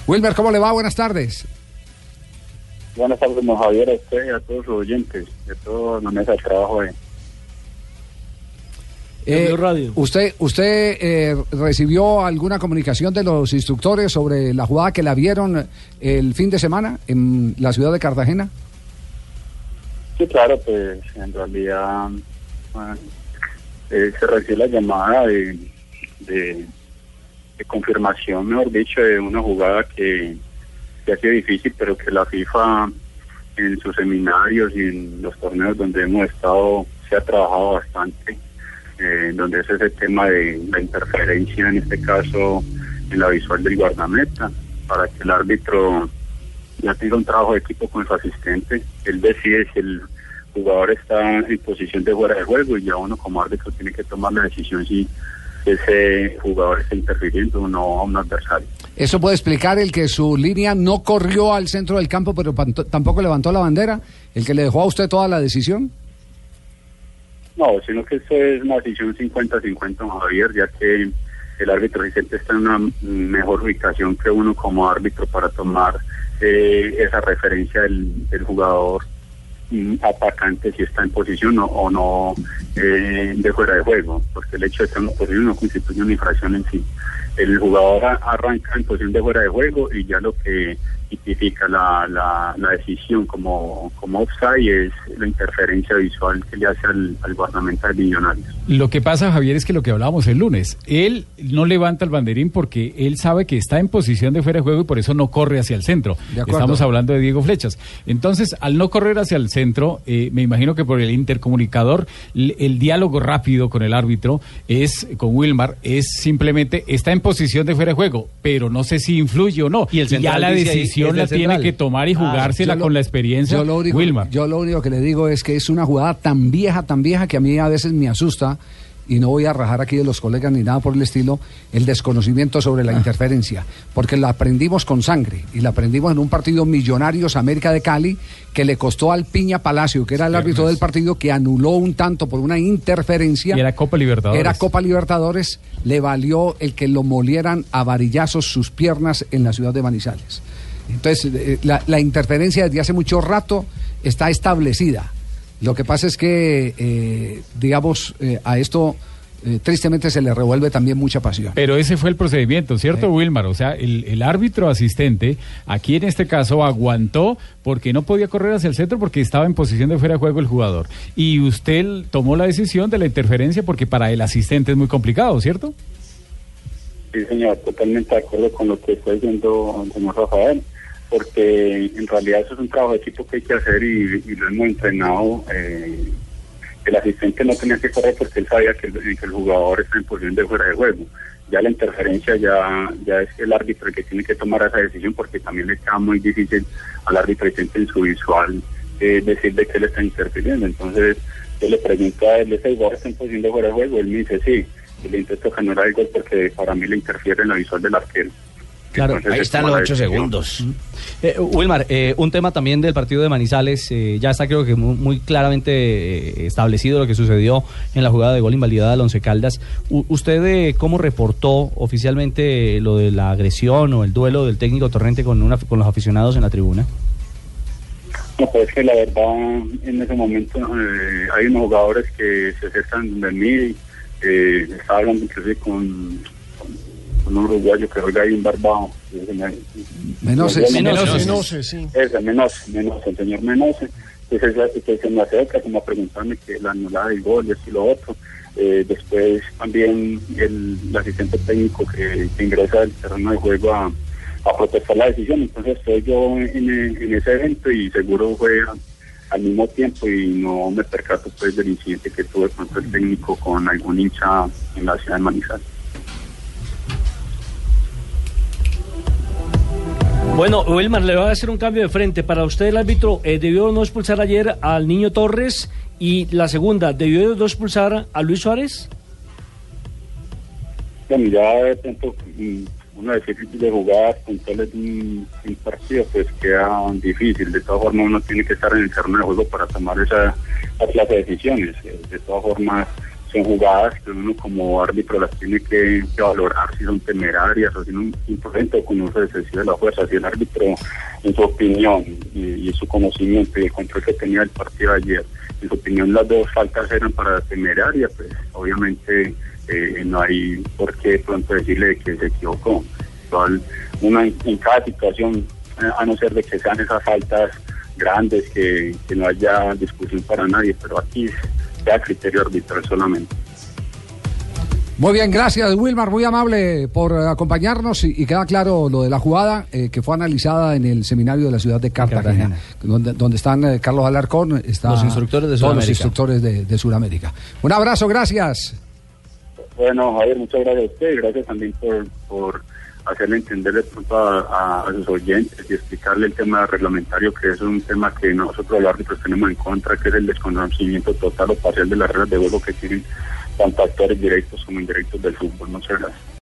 Wilmer, ¿cómo le va? Buenas tardes. Buenas tardes, don Javier, a usted y a todos los oyentes, de toda la mesa de trabajo ahí. ¿Usted recibió alguna comunicación de los instructores sobre la jugada que la vieron el fin de semana en la ciudad de Cartagena? Sí, claro, pues en realidad se recibió la llamada de confirmación, mejor dicho, de una jugada que ha sido difícil, pero que la FIFA en sus seminarios y en los torneos donde hemos estado se ha trabajado bastante. Donde es ese tema de la interferencia, en este caso en la visual del guardameta, para que el árbitro ya tenga un trabajo de equipo con su asistente. Él decide si el jugador está en posición de fuera de juego y ya uno como árbitro tiene que tomar la decisión si ese jugador está interfiriendo o no a un adversario. ¿Eso puede explicar el que su línea no corrió al centro del campo pero tampoco levantó la bandera? ¿El que le dejó a usted toda la decisión? No, sino que esto es una decisión 50-50, don Javier, ya que el árbitro asistente está en una mejor ubicación que uno como árbitro para tomar esa referencia del jugador atacante, si está en posición o no de fuera de juego, porque el hecho de estar en posición no constituye una infracción en sí. El jugador arranca en posición de fuera de juego y ya lo que tipifica la decisión como offside es la interferencia visual que le hace al guardameta de Millonarios. Lo que pasa, Javier, es que lo que hablábamos el lunes, él no levanta el banderín porque él sabe que está en posición de fuera de juego y por eso no corre hacia el centro. Estamos hablando de Diego Flechas. Entonces, al no correr hacia el centro, me imagino que por el intercomunicador, el diálogo rápido con el árbitro con Wilmar, es simplemente, está en posición de fuera de juego, pero no sé si influye o no. Y ya la decisión la tiene que tomar y jugársela con la experiencia. Wilmar. Yo lo único que le digo es que es una jugada tan vieja que a mí a veces me asusta, y no voy a rajar aquí de los colegas ni nada por el estilo, el desconocimiento sobre la interferencia, porque la aprendimos con sangre, y la aprendimos en un partido Millonarios América de Cali, que le costó al Piña Palacio, que era el árbitro del partido, que anuló un tanto por una interferencia. Y era Copa Libertadores, le valió el que lo molieran a varillazos sus piernas en la ciudad de Manizales. Entonces, la interferencia desde hace mucho rato está establecida. Lo que pasa es que, a esto tristemente se le revuelve también mucha pasión. Pero ese fue el procedimiento, ¿cierto, Wilmar? O sea, el árbitro asistente, aquí en este caso, aguantó porque no podía correr hacia el centro porque estaba en posición de fuera de juego el jugador. Y usted tomó la decisión de la interferencia porque para el asistente es muy complicado, ¿cierto? Sí, señor, totalmente de acuerdo con lo que está diciendo el señor Rafael, porque en realidad eso es un trabajo de equipo que hay que hacer y lo hemos entrenado. El asistente no tenía que correr porque él sabía que el jugador está en posición de fuera de juego. Ya la interferencia ya es el árbitro el que tiene que tomar esa decisión, porque también le queda muy difícil al árbitro asistente en su visual decirle que él está interfiriendo. Entonces yo le pregunto a él, ¿ese jugador está en posición de fuera de juego? Él me dice sí, y le intento generar el gol porque para mí le interfiere en la visual del arquero. Claro, ahí están los 8 segundos. Wilmar, un tema también del partido de Manizales, ya está creo que muy claramente establecido lo que sucedió en la jugada de gol invalidada al Once Caldas. ¿Usted cómo reportó oficialmente lo de la agresión o el duelo del técnico Torrente con los aficionados en la tribuna? No, pues es que la verdad en ese momento hay unos jugadores que se acercan de mí, estaba hablando inclusive con un uruguayo que juega ahí en Barbado. Menose, sí. Menose, el señor Menose. Entonces se me acerca como a preguntarme que la anulada del gol y esto y lo otro. Después también el asistente técnico que ingresa al terreno de juego a protestar la decisión. Entonces estoy yo en ese evento y seguro fue al mismo tiempo y no me percato pues del incidente que tuve con el técnico con algún hincha en la ciudad de Manizales. Bueno, Wilmar, le voy a hacer un cambio de frente. Para usted, el árbitro debió no expulsar ayer al Niño Torres, y la segunda, ¿debió no expulsar a Luis Suárez? Bueno, ya de pronto uno difícil de jugar puntuales de un partido, pues queda difícil. De todas formas, uno tiene que estar en el terreno de juego para tomar esa clase de decisiones. De todas formas, son jugadas que uno como árbitro las tiene que valorar, si son temerarias o si son imprudentes o con uso excesivo de la fuerza. Si el árbitro, en su opinión y su conocimiento y el control que tenía del partido de ayer, en su opinión las dos faltas eran para temeraria, pues obviamente no hay por qué pronto decirle que se equivocó. Igual, en cada situación, a no ser de que sean esas faltas grandes, que no haya discusión para nadie, pero aquí sea criterio arbitral solamente. Muy bien, gracias Wilmar, muy amable por acompañarnos y queda claro lo de la jugada que fue analizada en el seminario de la ciudad de Cartagena. Donde están Carlos Alarcón, están los instructores de todos Sudamérica. los instructores de Sudamérica. Un abrazo, gracias. Bueno, Javier, muchas gracias a usted y gracias también por hacerle entender de pronto a sus oyentes y explicarle el tema reglamentario, que es un tema que nosotros los árbitros tenemos en contra, que es el desconocimiento total o parcial de las reglas de juego que tienen tanto actores directos como indirectos del fútbol. Muchas gracias.